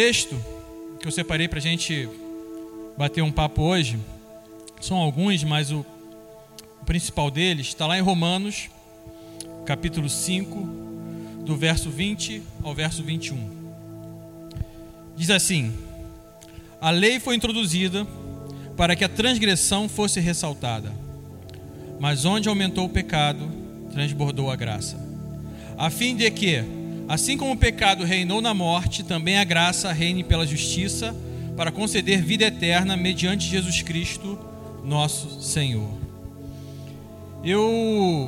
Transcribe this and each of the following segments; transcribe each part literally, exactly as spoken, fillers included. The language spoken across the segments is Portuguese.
texto que eu separei para a gente bater um papo hoje, são alguns, mas o, o principal deles está lá em Romanos, capítulo cinco, do verso vinte ao verso vinte e um. Diz assim: a lei foi introduzida para que a transgressão fosse ressaltada, mas onde aumentou o pecado, transbordou a graça, a fim de que, assim como o pecado reinou na morte, também a graça reine pela justiça, para conceder vida eterna mediante Jesus Cristo, nosso Senhor. Eu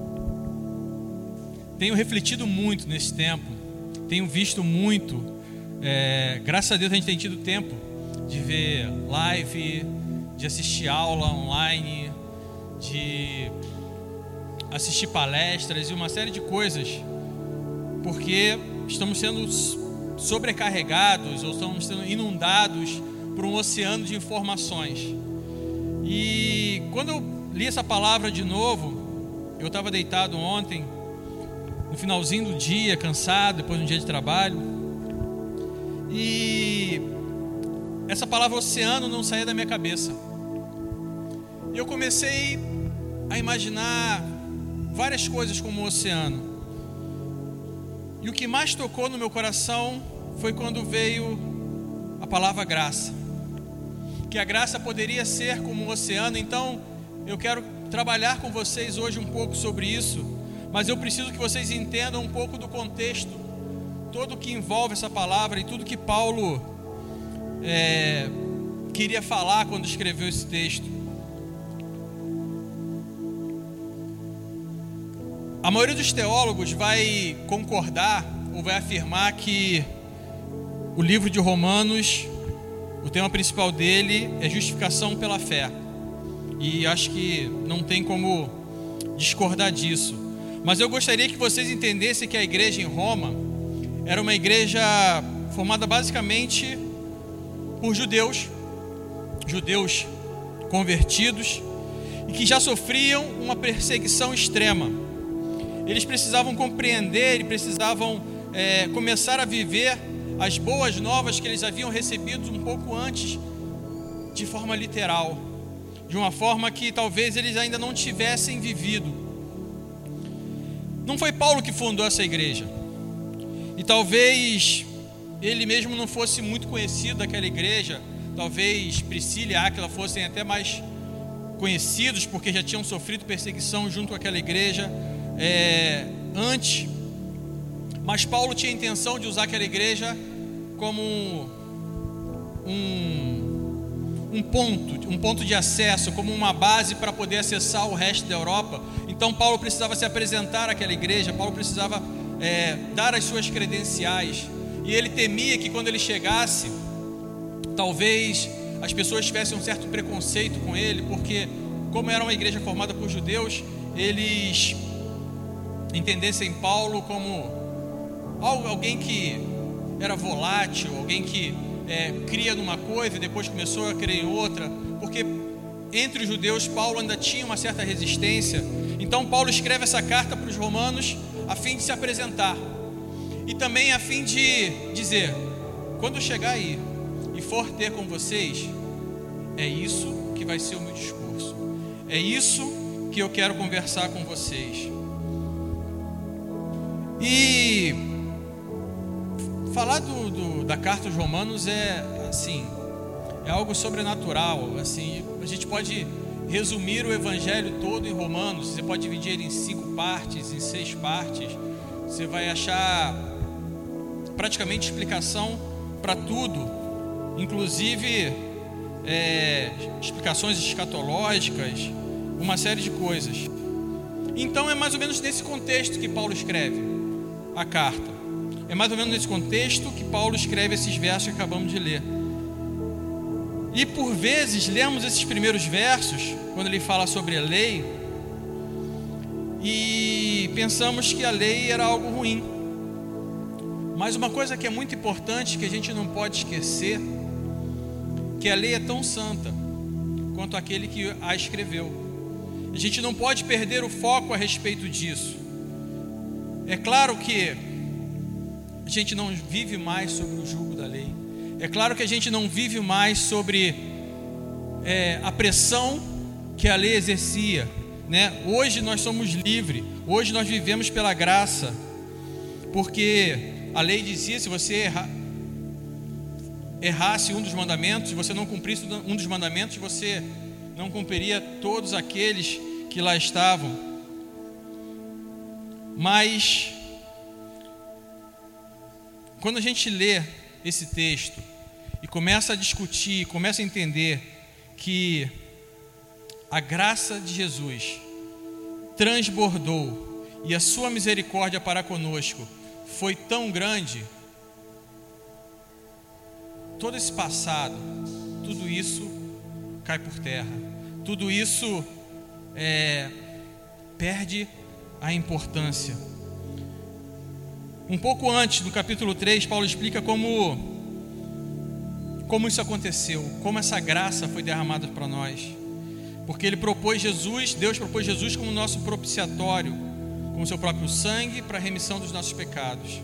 tenho refletido muito nesse tempo, tenho visto muito, é, graças a Deus a gente tem tido tempo de ver live, de assistir aula online, de assistir palestras e uma série de coisas, porque estamos sendo sobrecarregados ou estamos sendo inundados por um oceano de informações. E quando eu li essa palavra de novo, eu estava deitado ontem, no finalzinho do dia, cansado, depois de um dia de trabalho, e essa palavra oceano não saía da minha cabeça. E eu comecei a imaginar várias coisas como o oceano. E o que mais tocou no meu coração foi quando veio a palavra graça. Que a graça poderia ser como um oceano. Então eu quero trabalhar com vocês hoje um pouco sobre isso, mas eu preciso que vocês entendam um pouco do contexto, todo o que envolve essa palavra e tudo que Paulo é, queria falar quando escreveu esse texto. A maioria dos teólogos vai concordar ou vai afirmar que o livro de Romanos, o tema principal dele é justificação pela fé. E acho que não tem como discordar disso. Mas eu gostaria que vocês entendessem que a igreja em Roma era uma igreja formada basicamente por judeus, judeus convertidos, e que já sofriam uma perseguição extrema. Eles precisavam compreender e precisavam é, começar a viver as boas novas que eles haviam recebido um pouco antes, de forma literal, de uma forma que talvez eles ainda não tivessem vivido. Não foi Paulo que fundou essa igreja, e talvez ele mesmo não fosse muito conhecido daquela igreja. Talvez Priscila e Áquila fossem até mais conhecidos, porque já tinham sofrido perseguição junto com aquela igreja É, antes, mas Paulo tinha a intenção de usar aquela igreja como um, um ponto, um ponto de acesso, como uma base para poder acessar o resto da Europa. Então Paulo precisava se apresentar àquela igreja, Paulo precisava é, dar as suas credenciais, e ele temia que quando ele chegasse, talvez as pessoas tivessem um certo preconceito com ele, porque como era uma igreja formada por judeus, eles entendessem Paulo como alguém que era volátil, alguém que é, cria numa coisa e depois começou a crer em outra, porque entre os judeus Paulo ainda tinha uma certa resistência. Então Paulo escreve essa carta para os romanos a fim de se apresentar e também a fim de dizer: quando eu chegar aí e for ter com vocês, é isso que vai ser o meu discurso, é isso que eu quero conversar com vocês. E falar do, do, da carta aos Romanos é assim, é algo sobrenatural. Assim, a gente pode resumir o evangelho todo em Romanos. Você pode dividir ele em cinco partes, em seis partes. Você vai achar praticamente explicação para tudo, inclusive é, explicações escatológicas, uma série de coisas. Então é mais ou menos nesse contexto que Paulo escreve a carta. É mais ou menos nesse contexto que Paulo escreve esses versos que acabamos de ler. E por vezes lemos esses primeiros versos, quando ele fala sobre a lei, e pensamos que a lei era algo ruim. Mas uma coisa que é muito importante, que a gente não pode esquecer, que a lei é tão santa quanto aquele que a escreveu. A gente não pode perder o foco a respeito disso. É claro que a gente não vive mais sobre o jugo da lei. É claro que a gente não vive mais sobre é, a pressão que a lei exercia, né? Hoje nós somos livres, hoje nós vivemos pela graça, porque a lei dizia: se você erra, errasse um dos mandamentos, se você não cumprisse um dos mandamentos, você não cumpriria todos aqueles que lá estavam. Mas quando a gente lê esse texto e começa a discutir, começa a entender que a graça de Jesus transbordou e a sua misericórdia para conosco foi tão grande, todo esse passado, tudo isso cai por terra, tudo isso é, perde a importância. Um pouco antes, no capítulo três, Paulo explica como, como isso aconteceu, como essa graça foi derramada para nós. Porque ele propôs Jesus, Deus propôs Jesus como nosso propiciatório, com o seu próprio sangue para a remissão dos nossos pecados.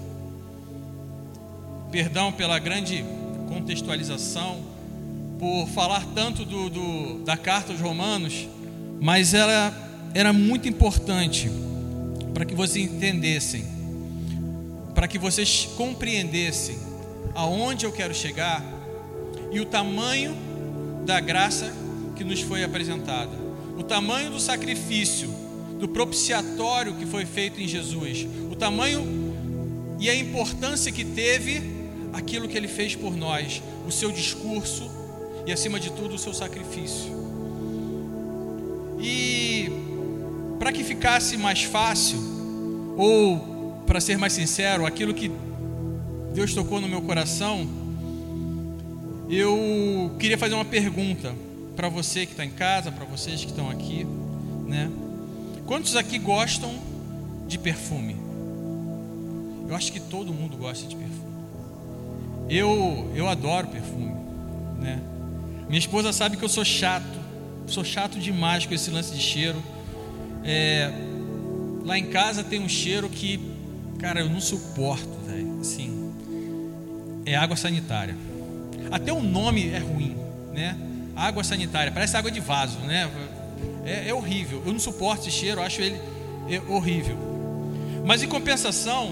Perdão pela grande contextualização, por falar tanto do, do, da carta aos Romanos, mas ela era muito importante para que vocês entendessem, para que vocês compreendessem aonde eu quero chegar e o tamanho da graça que nos foi apresentada, o tamanho do sacrifício, do propiciatório que foi feito em Jesus, o tamanho e a importância que teve aquilo que ele fez por nós, o seu discurso e, acima de tudo, o seu sacrifício. E para que ficasse mais fácil, ou para ser mais sincero, aquilo que Deus tocou no meu coração, eu queria fazer uma pergunta para você que está em casa, para vocês que estão aqui, né? Quantos aqui gostam de perfume? Eu acho que todo mundo gosta de perfume. Eu, eu adoro perfume, né? Minha esposa sabe que eu sou chato, sou chato demais com esse lance de cheiro. É, lá em casa tem um cheiro que, cara, eu não suporto, velho. Assim, é água sanitária. Até o nome é ruim, né? Água sanitária, parece água de vaso, né? É, é horrível, eu não suporto esse cheiro, eu acho ele é horrível. Mas em compensação,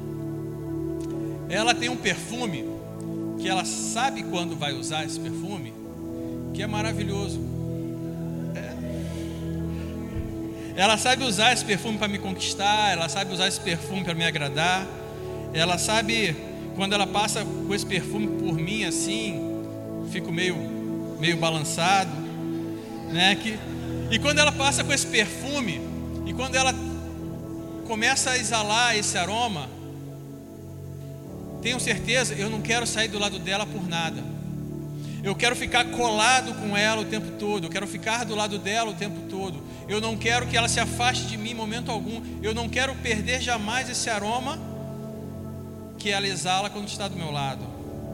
ela tem um perfume que ela sabe quando vai usar esse perfume, que é maravilhoso. É. Ela sabe usar esse perfume para me conquistar, ela sabe usar esse perfume para me agradar, ela sabe quando ela passa com esse perfume por mim assim, fico meio meio balançado, né? Que, e quando ela passa com esse perfume, e quando ela começa a exalar esse aroma, tenho certeza, eu não quero sair do lado dela por nada. Eu quero ficar colado com ela o tempo todo, eu quero ficar do lado dela o tempo todo. Eu não quero que ela se afaste de mim em momento algum. Eu não quero perder jamais esse aroma que ela exala quando está do meu lado.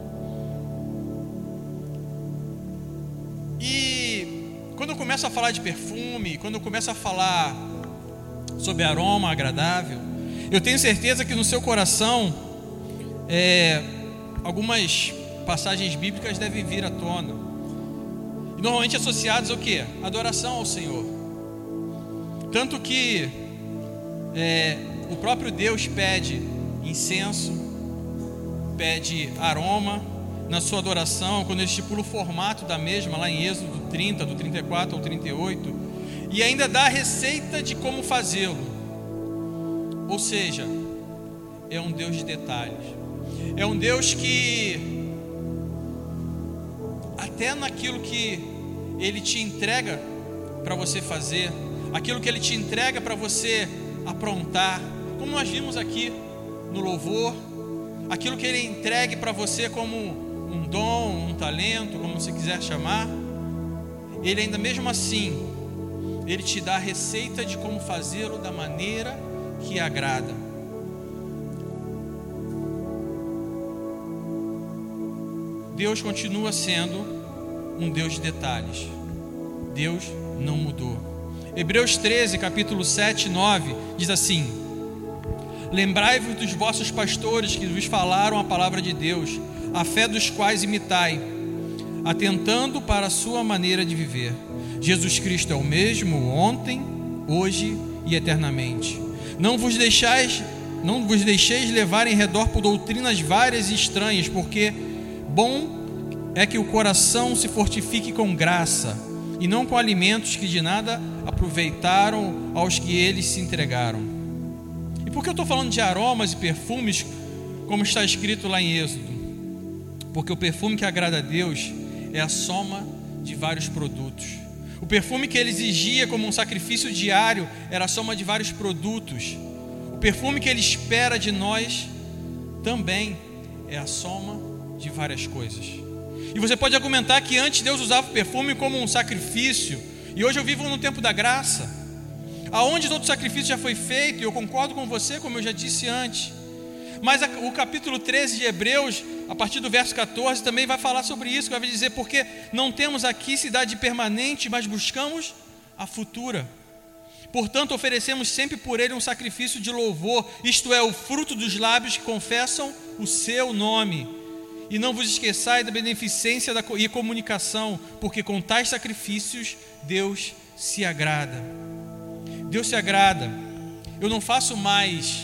E quando eu começo a falar de perfume, quando eu começo a falar sobre aroma agradável, eu tenho certeza que no seu coração é, algumas passagens bíblicas devem vir à tona. E normalmente associadas ao quê? Adoração ao Senhor. Tanto que é, o próprio Deus pede incenso, pede aroma na sua adoração, quando ele estipula o formato da mesma, lá em Êxodo trinta, do trinta e quatro ao trinta e oito, e ainda dá a receita de como fazê-lo. Ou seja, é um Deus de detalhes, é um Deus que até naquilo que ele te entrega para você fazer, aquilo que ele te entrega para você aprontar, como nós vimos aqui no louvor, aquilo que ele entregue para você como um dom, um talento, como você quiser chamar, ele ainda mesmo assim, ele te dá a receita de como fazê-lo da maneira que agrada. Deus continua sendo um Deus de detalhes. Deus não mudou. Hebreus treze, capítulo sete e nove, diz assim: Lembrai-vos dos vossos pastores que vos falaram a palavra de Deus, a fé dos quais imitai, atentando para a sua maneira de viver. Jesus Cristo é o mesmo ontem, hoje e eternamente. Não vos deixais, não vos deixeis levar em redor por doutrinas várias e estranhas, porque bom é que o coração se fortifique com graça, e não com alimentos que de nada aproveitaram aos que eles se entregaram. E por que eu estou falando de aromas e perfumes, como está escrito lá em Êxodo? Porque o perfume que agrada a Deus é a soma de vários produtos. O perfume que ele exigia como um sacrifício diário era a soma de vários produtos. O perfume que ele espera de nós também é a soma de várias coisas. E você pode argumentar que antes Deus usava o perfume como um sacrifício, e hoje eu vivo no tempo da graça, aonde todo sacrifício já foi feito, e eu concordo com você, como eu já disse antes. Mas o capítulo treze de Hebreus, a partir do verso catorze, também vai falar sobre isso, vai dizer: porque não temos aqui cidade permanente, mas buscamos a futura. Portanto, oferecemos sempre por ele um sacrifício de louvor, isto é, o fruto dos lábios que confessam o seu nome. E não vos esqueçais da beneficência e comunicação, porque com tais sacrifícios Deus se agrada. Deus se agrada. Eu não faço mais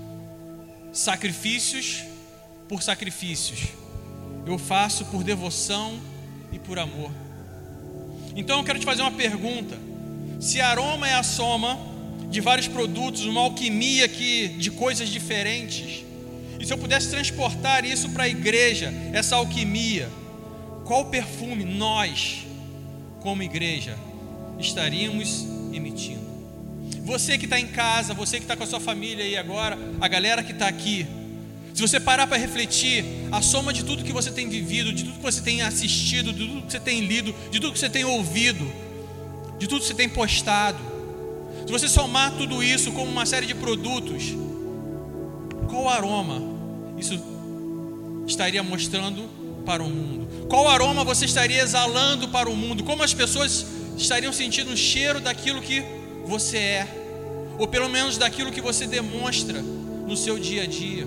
sacrifícios por sacrifícios. Eu faço por devoção e por amor. Então eu quero te fazer uma pergunta. Se aroma é a soma de vários produtos, uma alquimia aqui de coisas diferentes, e se eu pudesse transportar isso para a igreja, essa alquimia, qual perfume nós, como igreja, estaríamos emitindo? Você que está em casa, você que está com a sua família aí agora, a galera que está aqui, se você parar para refletir, a soma de tudo que você tem vivido, de tudo que você tem assistido, de tudo que você tem lido, de tudo que você tem ouvido, de tudo que você tem postado, se você somar tudo isso como uma série de produtos, qual aroma isso estaria mostrando para o mundo? Qual aroma você estaria exalando para o mundo? Como as pessoas estariam sentindo o cheiro daquilo que você é, ou pelo menos daquilo que você demonstra no seu dia a dia?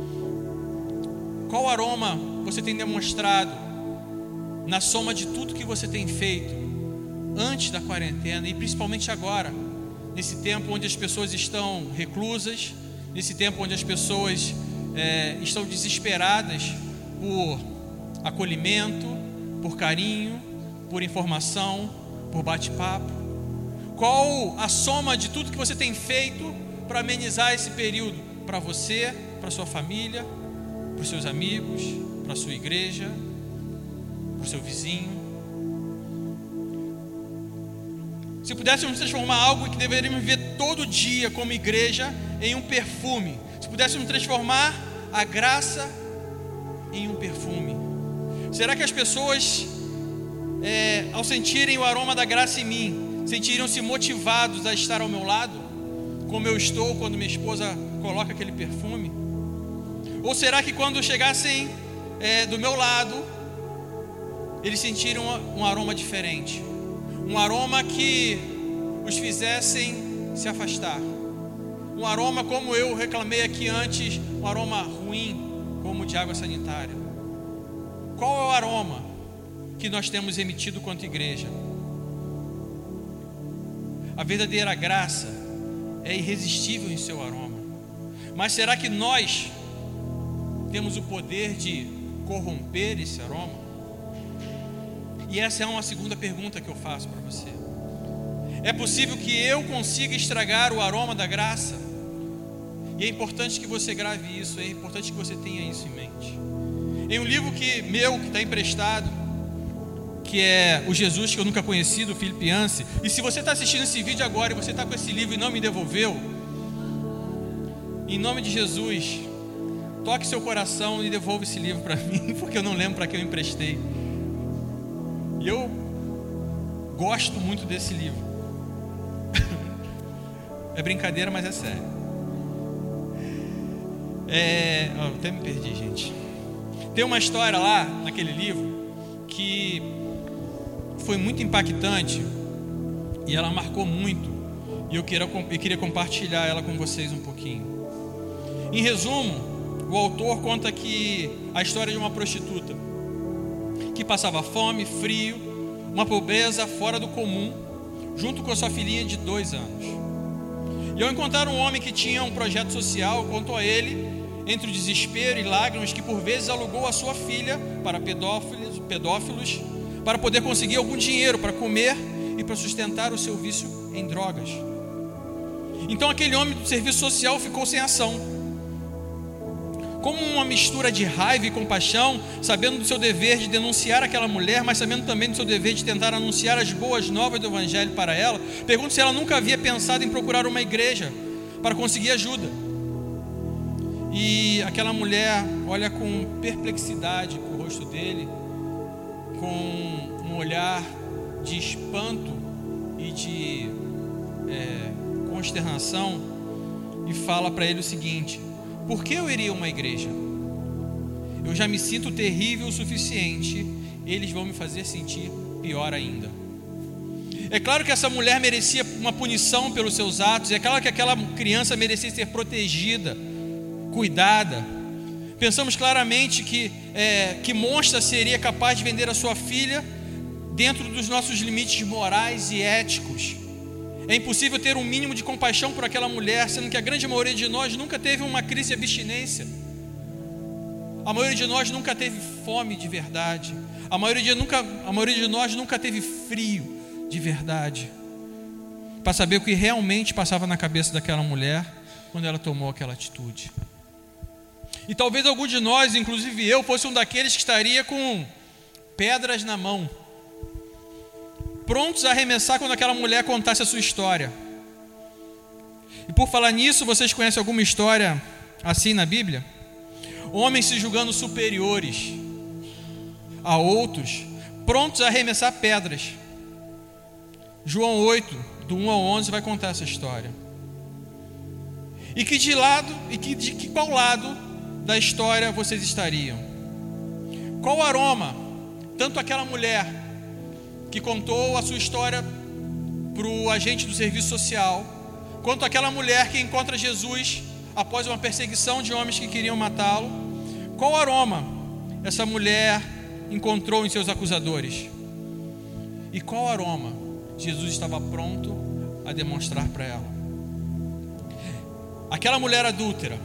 Qual aroma você tem demonstrado na soma de tudo que você tem feito antes da quarentena e principalmente agora, nesse tempo onde as pessoas estão reclusas, nesse tempo onde as pessoas é, estão desesperadas por acolhimento, por carinho, por informação, por bate-papo? Qual a soma de tudo que você tem feito para amenizar esse período? Para você, para sua família, para os seus amigos, para a sua igreja, para o seu vizinho? Se pudéssemos transformar algo que deveríamos ver todo dia como igreja em um perfume, se pudéssemos transformar a graça em um perfume, será que as pessoas, é, ao sentirem o aroma da graça em mim, sentiriam-se motivados a estar ao meu lado, como eu estou quando minha esposa coloca aquele perfume? Ou será que quando chegassem é, do meu lado, eles sentiriam um aroma diferente? Um aroma que os fizessem se afastar. Um aroma como eu reclamei aqui antes, um aroma ruim, como de água sanitária. Qual é o aroma que nós temos emitido quanto igreja? A verdadeira graça é irresistível em seu aroma. Mas será que nós temos o poder de corromper esse aroma? E essa é uma segunda pergunta que eu faço para você. É possível que eu consiga estragar o aroma da graça? E é importante que você grave isso, é importante que você tenha isso em mente. Em um livro que, meu, que está emprestado, que é O Jesus que eu nunca conheci, do Philip Yancey. E se você está assistindo esse vídeo agora e você está com esse livro e não me devolveu, em nome de Jesus, toque seu coração e devolva esse livro para mim, porque eu não lembro para que eu emprestei. E eu gosto muito desse livro. É brincadeira, mas é sério. É... Oh, até me perdi, gente. Tem uma história lá, naquele livro, que foi muito impactante e ela marcou muito. E eu queria, eu queria compartilhar ela com vocês um pouquinho. Em resumo, o autor conta que a história de uma prostituta que passava fome, frio, uma pobreza fora do comum, junto com a sua filhinha de dois anos. E ao encontrar um homem que tinha um projeto social, contou a ele, entre o desespero e lágrimas, que por vezes alugou a sua filha para pedófilos, pedófilos para poder conseguir algum dinheiro para comer e para sustentar o seu vício em drogas. Então aquele homem do serviço social ficou sem ação. Como uma mistura de raiva e compaixão, sabendo do seu dever de denunciar aquela mulher, mas sabendo também do seu dever de tentar anunciar as boas novas do Evangelho para ela, pergunta se ela nunca havia pensado em procurar uma igreja para conseguir ajuda. E aquela mulher olha com perplexidade para o rosto dele, com um olhar de espanto e de é, consternação, e fala para ele o seguinte: por que eu iria a uma igreja? Eu já me sinto terrível o suficiente, eles vão me fazer sentir pior ainda. É claro que essa mulher merecia uma punição pelos seus atos, é claro que aquela criança merecia ser protegida, cuidada. Pensamos claramente que, é, que monstra seria capaz de vender a sua filha dentro dos nossos limites morais e éticos. É impossível ter um mínimo de compaixão por aquela mulher, sendo que a grande maioria de nós nunca teve uma crise de abstinência. A maioria de nós nunca teve fome de verdade. A maioria de, nunca, a maioria de nós nunca teve frio de verdade, para saber o que realmente passava na cabeça daquela mulher quando ela tomou aquela atitude. E talvez algum de nós, inclusive eu, fosse um daqueles que estaria com pedras na mão, prontos a arremessar quando aquela mulher contasse a sua história. E por falar nisso, vocês conhecem alguma história assim na Bíblia? Homens se julgando superiores a outros, prontos a arremessar pedras. João oito, do um ao onze, vai contar essa história. E que de lado, e que de que qual lado da história vocês estariam? Qual aroma, tanto aquela mulher que contou a sua história para o agente do serviço social, quanto aquela mulher que encontra Jesus após uma perseguição de homens que queriam matá-lo, qual aroma essa mulher encontrou em seus acusadores? E qual aroma Jesus estava pronto a demonstrar para ela? Aquela mulher adúltera,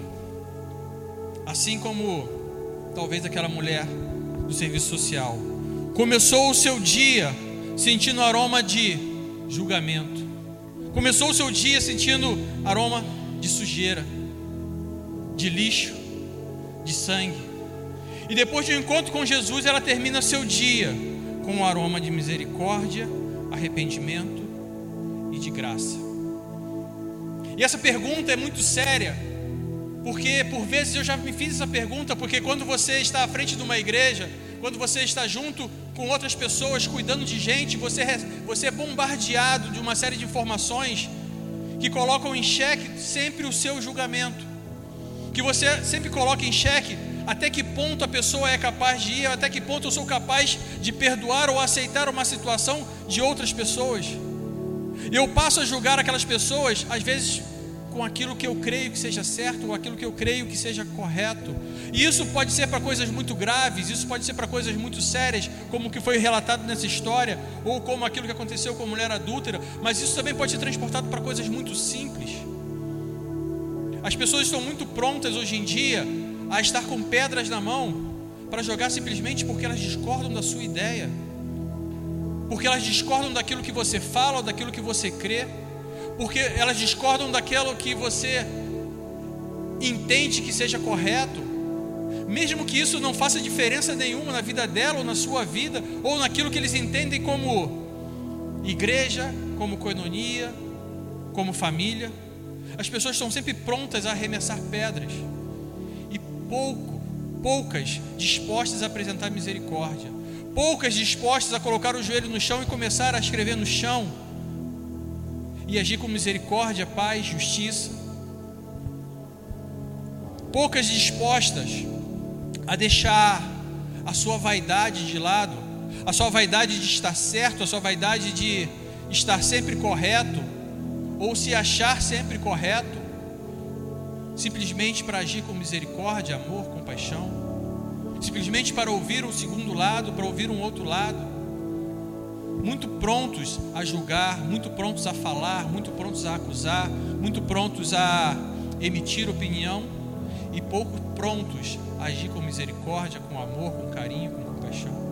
assim como talvez aquela mulher do serviço social, começou o seu dia sentindo aroma de julgamento. Começou o seu dia sentindo aroma de sujeira, de lixo, de sangue. E depois de um encontro com Jesus, ela termina seu dia com um aroma de misericórdia, arrependimento e de graça. E essa pergunta é muito séria, porque por vezes eu já me fiz essa pergunta, porque quando você está à frente de uma igreja, quando você está junto com outras pessoas, cuidando de gente, você, você é bombardeado de uma série de informações que colocam em xeque sempre o seu julgamento, que você sempre coloca em xeque até que ponto a pessoa é capaz de ir, até que ponto eu sou capaz de perdoar ou aceitar uma situação de outras pessoas. E eu passo a julgar aquelas pessoas, às vezes, com aquilo que eu creio que seja certo, ou aquilo que eu creio que seja correto. E isso pode ser para coisas muito graves, isso pode ser para coisas muito sérias, como o que foi relatado nessa história, ou como aquilo que aconteceu com a mulher adúltera, mas isso também pode ser transportado para coisas muito simples. As pessoas estão muito prontas hoje em dia a estar com pedras na mão para jogar simplesmente porque elas discordam da sua ideia, porque elas discordam daquilo que você fala ou daquilo que você crê, porque elas discordam daquilo que você entende que seja correto, mesmo que isso não faça diferença nenhuma na vida dela ou na sua vida, ou naquilo que eles entendem como igreja, como coinonia, como família. As pessoas estão sempre prontas a arremessar pedras e pouco, poucas dispostas a apresentar misericórdia, poucas dispostas a colocar o joelho no chão e começar a escrever no chão e agir com misericórdia, paz, justiça. Poucas dispostas a deixar a sua vaidade de lado, a sua vaidade de estar certo, a sua vaidade de estar sempre correto, ou se achar sempre correto, simplesmente para agir com misericórdia, amor, compaixão, simplesmente para ouvir um segundo lado, para ouvir um outro lado, muito prontos a julgar, muito prontos a falar, muito prontos a acusar, muito prontos a emitir opinião e pouco prontos a agir com misericórdia, com amor, com carinho, com compaixão.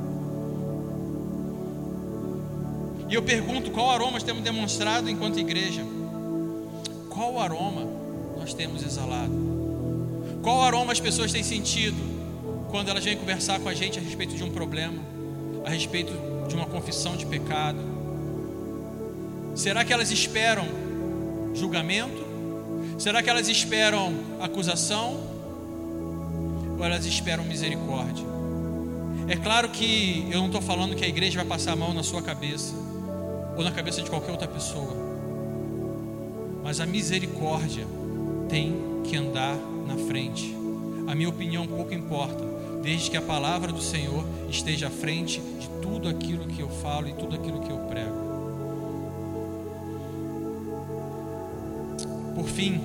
E eu pergunto, qual aroma temos demonstrado enquanto igreja? Qual aroma nós temos exalado? Qual aroma as pessoas têm sentido quando elas vêm conversar com a gente a respeito de um problema, a respeito de uma confissão de pecado? Será que elas esperam julgamento? Será que elas esperam acusação? Ou elas esperam misericórdia? É claro que eu não estou falando que a igreja vai passar a mão na sua cabeça ou na cabeça de qualquer outra pessoa, mas a misericórdia tem que andar na frente. A minha opinião pouco importa, desde que a palavra do Senhor esteja à frente de tudo aquilo que eu falo e tudo aquilo que eu prego. Por fim,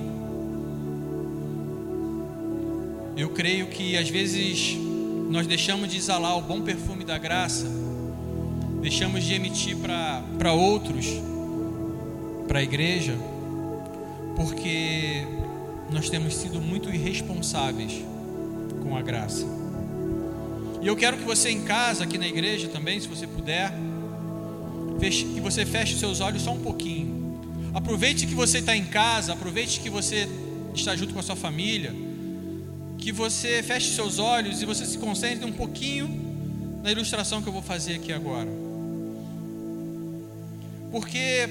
eu creio que às vezes nós deixamos de exalar o bom perfume da graça, deixamos de emitir para outros, para a igreja, porque nós temos sido muito irresponsáveis com a graça. E eu quero que você em casa, aqui na igreja também, se você puder, feche, que você feche os seus olhos só um pouquinho. Aproveite que você está em casa, aproveite que você está junto com a sua família, que você feche os seus olhos e você se concentre um pouquinho na ilustração que eu vou fazer aqui agora. Porque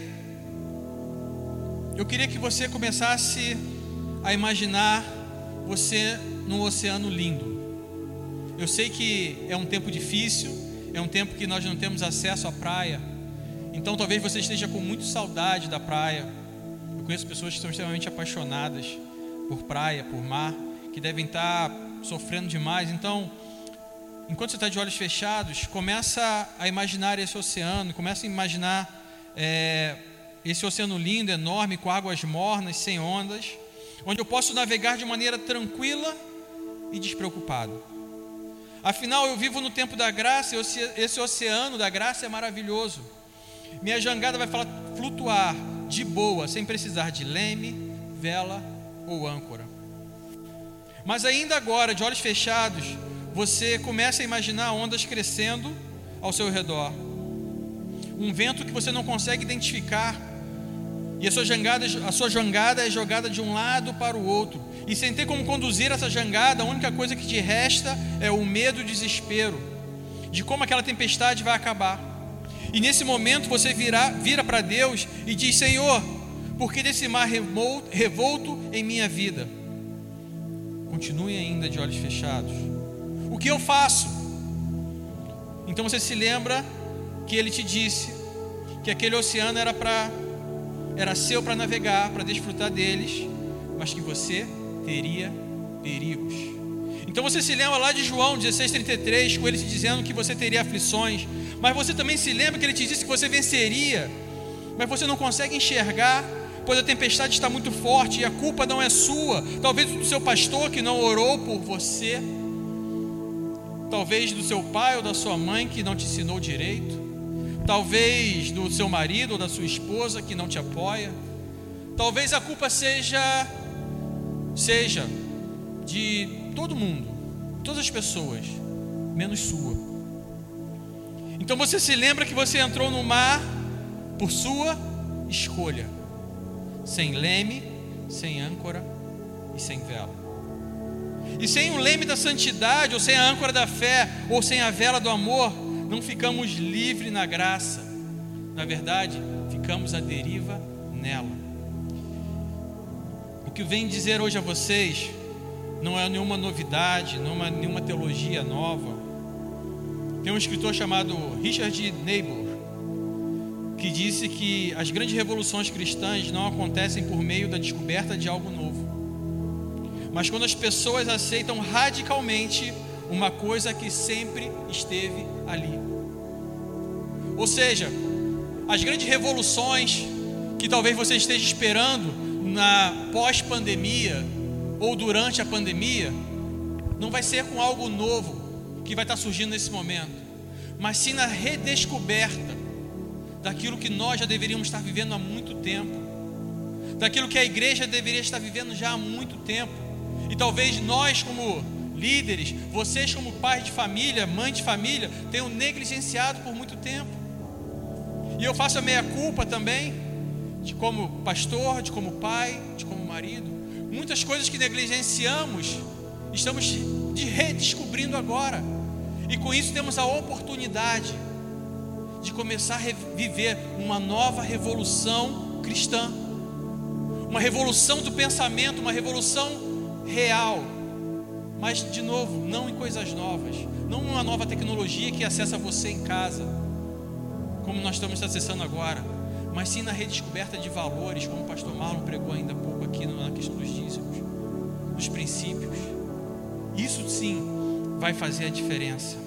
eu queria que você começasse a imaginar você num oceano lindo. Eu sei que é um tempo difícil, é um tempo que nós não temos acesso à praia, então talvez você esteja com muita saudade da praia. Eu conheço pessoas que são extremamente apaixonadas por praia, por mar, que devem estar sofrendo demais. Então, enquanto você está de olhos fechados, começa a imaginar esse oceano, começa a imaginar é, esse oceano lindo, enorme, com águas mornas, sem ondas, onde eu posso navegar de maneira tranquila e despreocupada. Afinal, eu vivo no tempo da graça, e esse oceano da graça é maravilhoso. Minha jangada vai flutuar de boa, sem precisar de leme, vela ou âncora. Mas ainda agora, de olhos fechados, você começa a imaginar ondas crescendo ao seu redor. Um vento que você não consegue identificar. E a sua jangada, a sua jangada é jogada de um lado para o outro. E sem ter como conduzir essa jangada, a única coisa que te resta é o medo e o desespero de como aquela tempestade vai acabar. E nesse momento você vira, vira para Deus e diz: Senhor, por que desse mar revolto em minha vida? Continue ainda de olhos fechados. O que eu faço? Então você se lembra que Ele te disse que aquele oceano era para era seu para navegar, para desfrutar deles, mas que você teria perigos. Então você se lembra lá de João dezesseis, trinta e três, com ele te dizendo que você teria aflições, mas você também se lembra que ele te disse que você venceria, mas você não consegue enxergar, pois a tempestade está muito forte e a culpa não é sua, talvez do seu pastor que não orou por você, talvez do seu pai ou da sua mãe que não te ensinou direito, talvez do seu marido ou da sua esposa que não te apoia, talvez a culpa seja seja de todo mundo, todas as pessoas, menos sua. Então você se lembra que você entrou no mar por sua escolha, sem leme, sem âncora e sem vela. E sem o leme da santidade, ou sem a âncora da fé, ou sem a vela do amor, não ficamos livres na graça. Na verdade, ficamos à deriva nela. O que eu venho dizer hoje a vocês não é nenhuma novidade, não é nenhuma teologia nova. Tem um escritor chamado Richard Niebuhr que disse que as grandes revoluções cristãs não acontecem por meio da descoberta de algo novo, mas quando as pessoas aceitam radicalmente uma coisa que sempre esteve ali. Ou seja, as grandes revoluções que talvez você esteja esperando na pós-pandemia ou durante a pandemia, não vai ser com algo novo que vai estar surgindo nesse momento, mas sim na redescoberta daquilo que nós já deveríamos estar vivendo há muito tempo, daquilo que a igreja deveria estar vivendo já há muito tempo. E talvez nós, como líderes, vocês como pais de família, mãe de família, tenham negligenciado por muito tempo. E eu faço a meia culpa também, de como pastor, de como pai, de como marido. Muitas coisas que negligenciamos, estamos de redescobrindo agora. E com isso temos a oportunidade de começar a viver uma nova revolução cristã. Uma revolução do pensamento, uma revolução real. Mas, de novo, não em coisas novas. Não uma nova tecnologia que acessa você em casa, como nós estamos acessando agora, mas sim na redescoberta de valores, como o pastor Marlon pregou ainda há pouco aqui na questão dos dízimos, dos princípios. Isso sim vai fazer a diferença.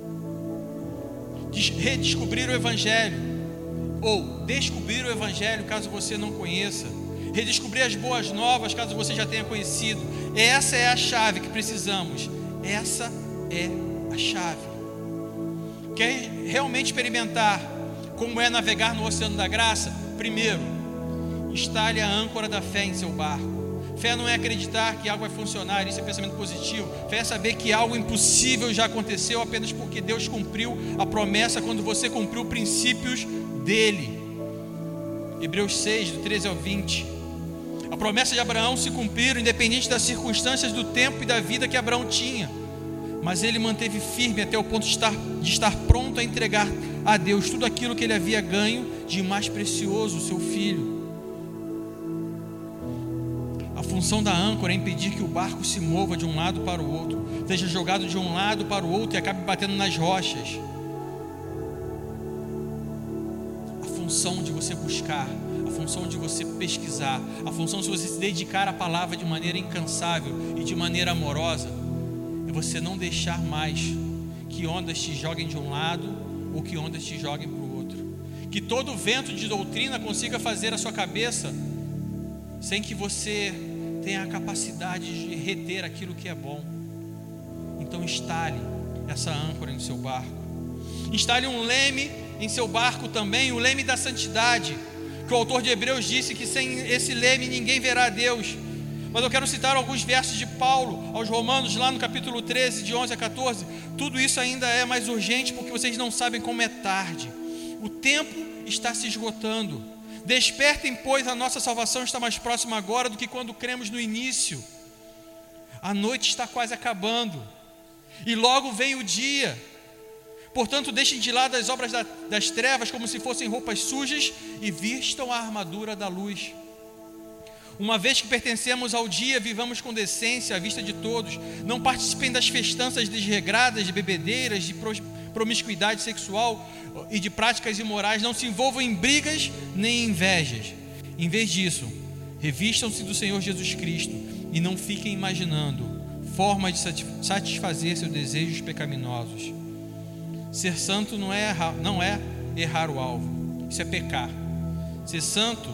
Redescobrir o Evangelho, ou descobrir o Evangelho, caso você não conheça. Redescobrir as boas novas, caso você já tenha conhecido. Essa é a chave que precisamos. Essa é a chave. Quer realmente experimentar como é navegar no oceano da graça? Primeiro, instale a âncora da fé em seu barco. Fé não é acreditar que algo vai funcionar, isso é pensamento positivo. Fé é saber que algo impossível já aconteceu apenas porque Deus cumpriu a promessa quando você cumpriu princípios dele. Hebreus seis, do treze ao vinte. A promessa de Abraão se cumpriu independente das circunstâncias do tempo e da vida que Abraão tinha. Mas ele manteve firme até o ponto de estar, de estar pronto a entregar a Deus tudo aquilo que ele havia ganho de mais precioso, seu filho. A função da âncora é impedir que o barco se mova de um lado para o outro, seja jogado de um lado para o outro e acabe batendo nas rochas. A função de você buscar, a função de você pesquisar, a função de você se dedicar à palavra de maneira incansável e de maneira amorosa, é você não deixar mais que ondas te joguem de um lado ou que ondas te joguem para o outro. Que todo vento de doutrina consiga fazer a sua cabeça sem que você tenha a capacidade de reter aquilo que é bom. Então instale essa âncora em seu barco. Instale um leme em seu barco também, o leme da santidade, que o autor de Hebreus disse que sem esse leme ninguém verá a Deus. Mas eu quero citar alguns versos de Paulo aos Romanos, lá no capítulo treze, de onze a quatorze. Tudo isso ainda é mais urgente porque vocês não sabem como é tarde. O tempo está se esgotando. Despertem, pois, a nossa salvação está mais próxima agora do que quando cremos no início. A noite está quase acabando e logo vem o dia. Portanto, deixem de lado as obras das trevas como se fossem roupas sujas e vistam a armadura da luz. Uma vez que pertencemos ao dia, vivamos com decência à vista de todos. Não participem das festanças desregradas, de bebedeiras, de promiscuidade sexual e de práticas imorais. Não se envolvam em brigas nem em invejas. Em vez disso, revistam-se do Senhor Jesus Cristo e não fiquem imaginando formas de satisfazer seus desejos pecaminosos. Ser santo não é errar, não é errar o alvo, isso é pecar. Ser santo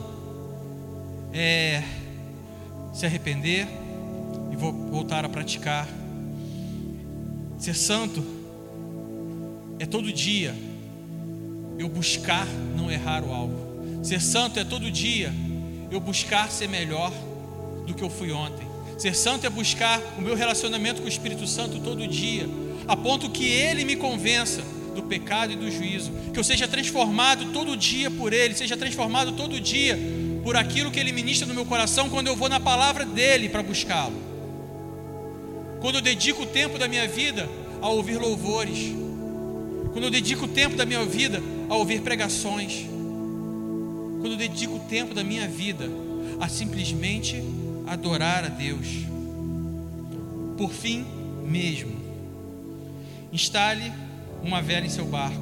é se arrepender e voltar a praticar. Ser santo é todo dia eu buscar não errar o alvo. Ser santo é todo dia eu buscar ser melhor do que eu fui ontem. Ser santo é buscar o meu relacionamento com o Espírito Santo todo dia, a ponto que Ele me convença do pecado e do juízo, que eu seja transformado todo dia por Ele, seja transformado todo dia por aquilo que Ele ministra no meu coração quando eu vou na palavra dEle para buscá-lo. Quando eu dedico o tempo da minha vida a ouvir louvores, quando eu dedico o tempo da minha vida a ouvir pregações, quando eu dedico o tempo da minha vida a simplesmente adorar a Deus. Por fim mesmo, instale uma vela em seu barco,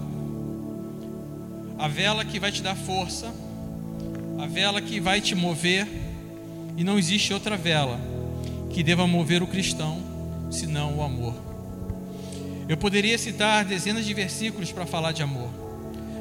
a vela que vai te dar força, a vela que vai te mover, e não existe outra vela que deva mover o cristão senão o amor. Eu poderia citar dezenas de versículos para falar de amor,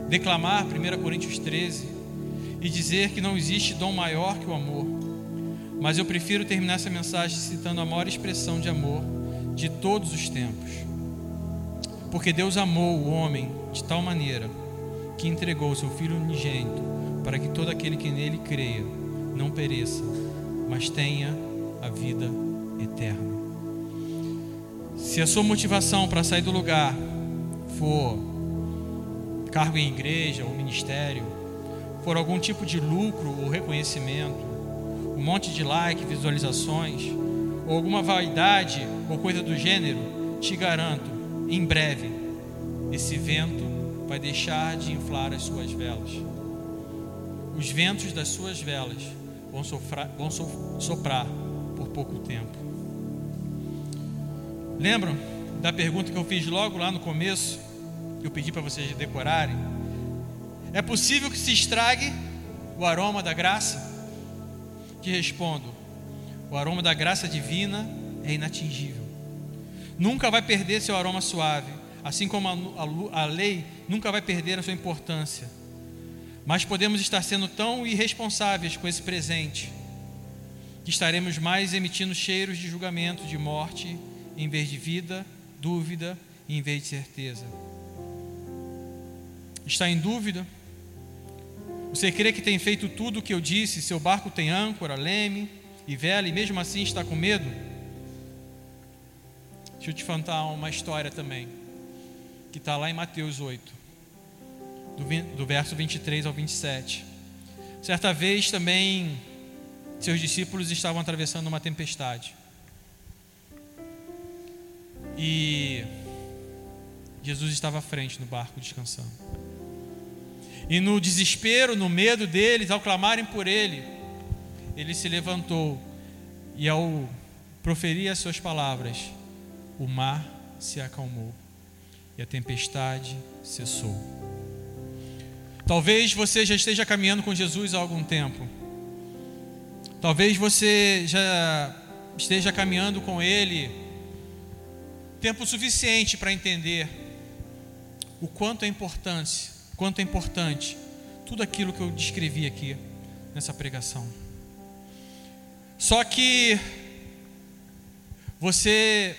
declamar primeira Coríntios treze e dizer que não existe dom maior que o amor, Mas eu prefiro terminar essa mensagem citando a maior expressão de amor de todos os tempos. Porque Deus amou o homem de tal maneira que entregou o seu Filho unigênito para que todo aquele que nele creia não pereça, mas tenha a vida eterna. Se a sua motivação para sair do lugar for cargo em igreja ou ministério, for algum tipo de lucro ou reconhecimento, um monte de like, visualizações, ou alguma vaidade ou coisa do gênero, te garanto, em breve, esse vento vai deixar de inflar as suas velas. Os ventos das suas velas vão, sofrar, vão so, soprar por pouco tempo. Lembram da pergunta que eu fiz logo lá no começo, que eu pedi para vocês decorarem? É possível que se estrague o aroma da graça? Te respondo, o aroma da graça divina é inatingível. Nunca vai perder seu aroma suave, assim como a, a, a lei nunca vai perder a sua importância. Mas podemos estar sendo tão irresponsáveis com esse presente, que estaremos mais emitindo cheiros de julgamento, de morte, em vez de vida, dúvida, em vez de certeza. Está em dúvida? Você crê que tem feito tudo o que eu disse? Seu barco tem âncora, leme e vela, e mesmo assim está com medo? Deixa eu te contar uma história também, que está lá em Mateus oito, do, do verso vinte e três ao vinte e sete. Certa vez também, seus discípulos estavam atravessando uma tempestade. E Jesus estava à frente no barco, descansando. E no desespero, no medo deles, ao clamarem por Ele, Ele se levantou e ao proferir as suas palavras, o mar se acalmou e a tempestade cessou. Talvez você já esteja caminhando com Jesus há algum tempo. Talvez você já esteja caminhando com Ele tempo suficiente para entender o quanto é importante, quanto é importante tudo aquilo que eu descrevi aqui nessa pregação. Só que você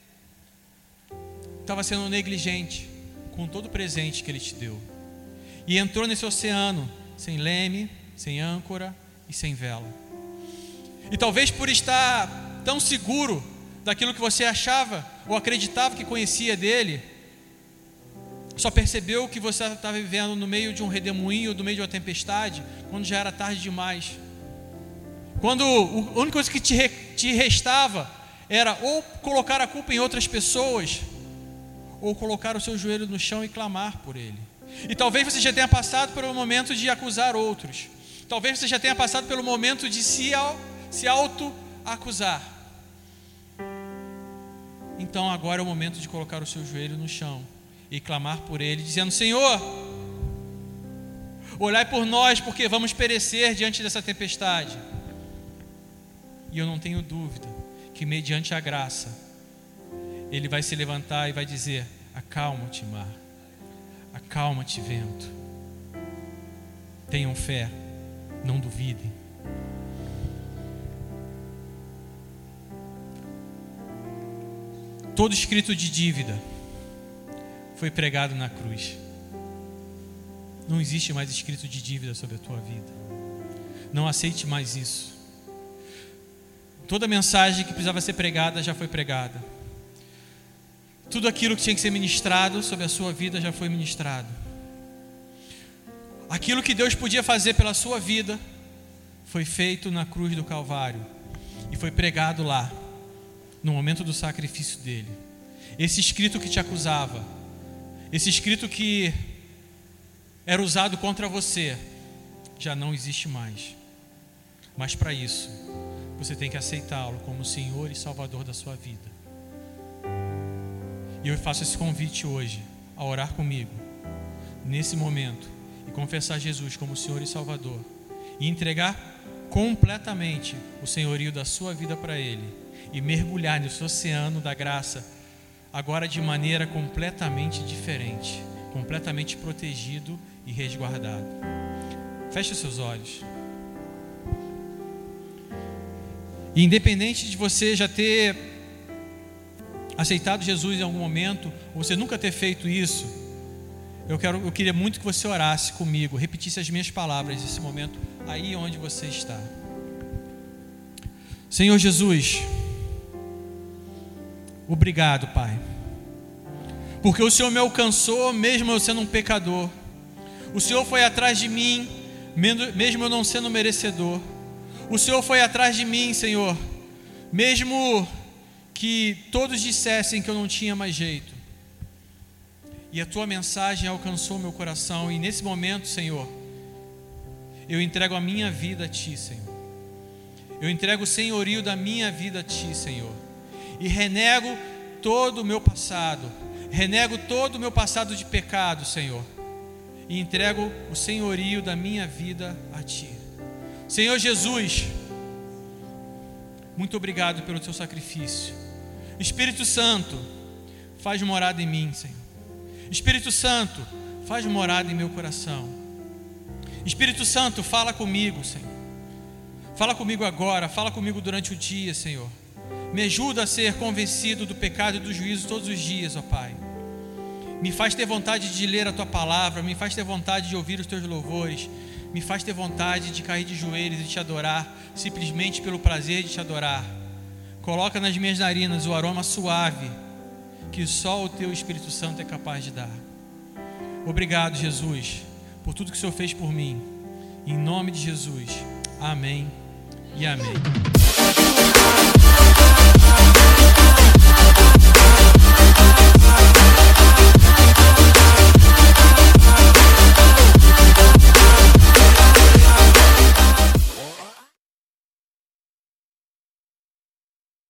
estava sendo negligente com todo o presente que Ele te deu e entrou nesse oceano sem leme, sem âncora e sem vela. E talvez por estar tão seguro daquilo que você achava ou acreditava que conhecia dele, só percebeu que você estava vivendo no meio de um redemoinho, no meio de uma tempestade, quando já era tarde demais. Quando a única coisa que te, re, te restava era ou colocar a culpa em outras pessoas, ou colocar o seu joelho no chão e clamar por ele. E talvez você já tenha passado pelo momento de acusar outros. Talvez você já tenha passado pelo momento de se, se auto-acusar. Então agora é o momento de colocar o seu joelho no chão e clamar por Ele, dizendo: Senhor, olhai por nós, porque vamos perecer diante dessa tempestade. E eu não tenho dúvida que mediante a graça Ele vai se levantar e vai dizer: acalma-te, mar, acalma-te, vento. Tenham fé, não duvidem. Todo escrito de dívida foi pregado na cruz. Não existe mais escrito de dívida sobre a tua vida. Não aceite mais isso. Toda mensagem que precisava ser pregada já foi pregada. Tudo aquilo que tinha que ser ministrado sobre a sua vida já foi ministrado. Aquilo que Deus podia fazer pela sua vida foi feito na cruz do Calvário e foi pregado lá, no momento do sacrifício dele. Esse escrito que te acusava, esse escrito que era usado contra você, já não existe mais. Mas para isso, você tem que aceitá-lo como Senhor e Salvador da sua vida. E eu faço esse convite hoje, a orar comigo, nesse momento, e confessar Jesus como Senhor e Salvador, e entregar completamente o senhorio da sua vida para Ele, e mergulhar nesse oceano da graça, agora de maneira completamente diferente, completamente protegido e resguardado. Feche os seus olhos. E independente de você já ter aceitado Jesus em algum momento, ou você nunca ter feito isso, eu, quero, eu queria muito que você orasse comigo, repetisse as minhas palavras nesse momento, aí onde você está. Senhor Jesus, obrigado, Pai, porque o Senhor me alcançou mesmo eu sendo um pecador. O Senhor foi atrás de mim mesmo eu não sendo merecedor. O Senhor foi atrás de mim, Senhor, mesmo que todos dissessem que eu não tinha mais jeito. E a Tua mensagem alcançou meu coração. E nesse momento, Senhor, eu entrego a minha vida a Ti, Senhor. Eu entrego o senhorio da minha vida a Ti, Senhor. E renego todo o meu passado. Renego todo o meu passado de pecado, Senhor. E entrego o senhorio da minha vida a Ti. Senhor Jesus, muito obrigado pelo Teu sacrifício. Espírito Santo, faz morada em mim, Senhor. Espírito Santo, faz morada em meu coração. Espírito Santo, fala comigo, Senhor. Fala comigo agora, fala comigo durante o dia, Senhor. Me ajuda a ser convencido do pecado e do juízo todos os dias, ó Pai. Me faz ter vontade de ler a Tua palavra, me faz ter vontade de ouvir os Teus louvores, me faz ter vontade de cair de joelhos e Te adorar, simplesmente pelo prazer de Te adorar. Coloca nas minhas narinas o aroma suave que só o Teu Espírito Santo é capaz de dar. Obrigado, Jesus, por tudo que o Senhor fez por mim. Em nome de Jesus, amém e amém.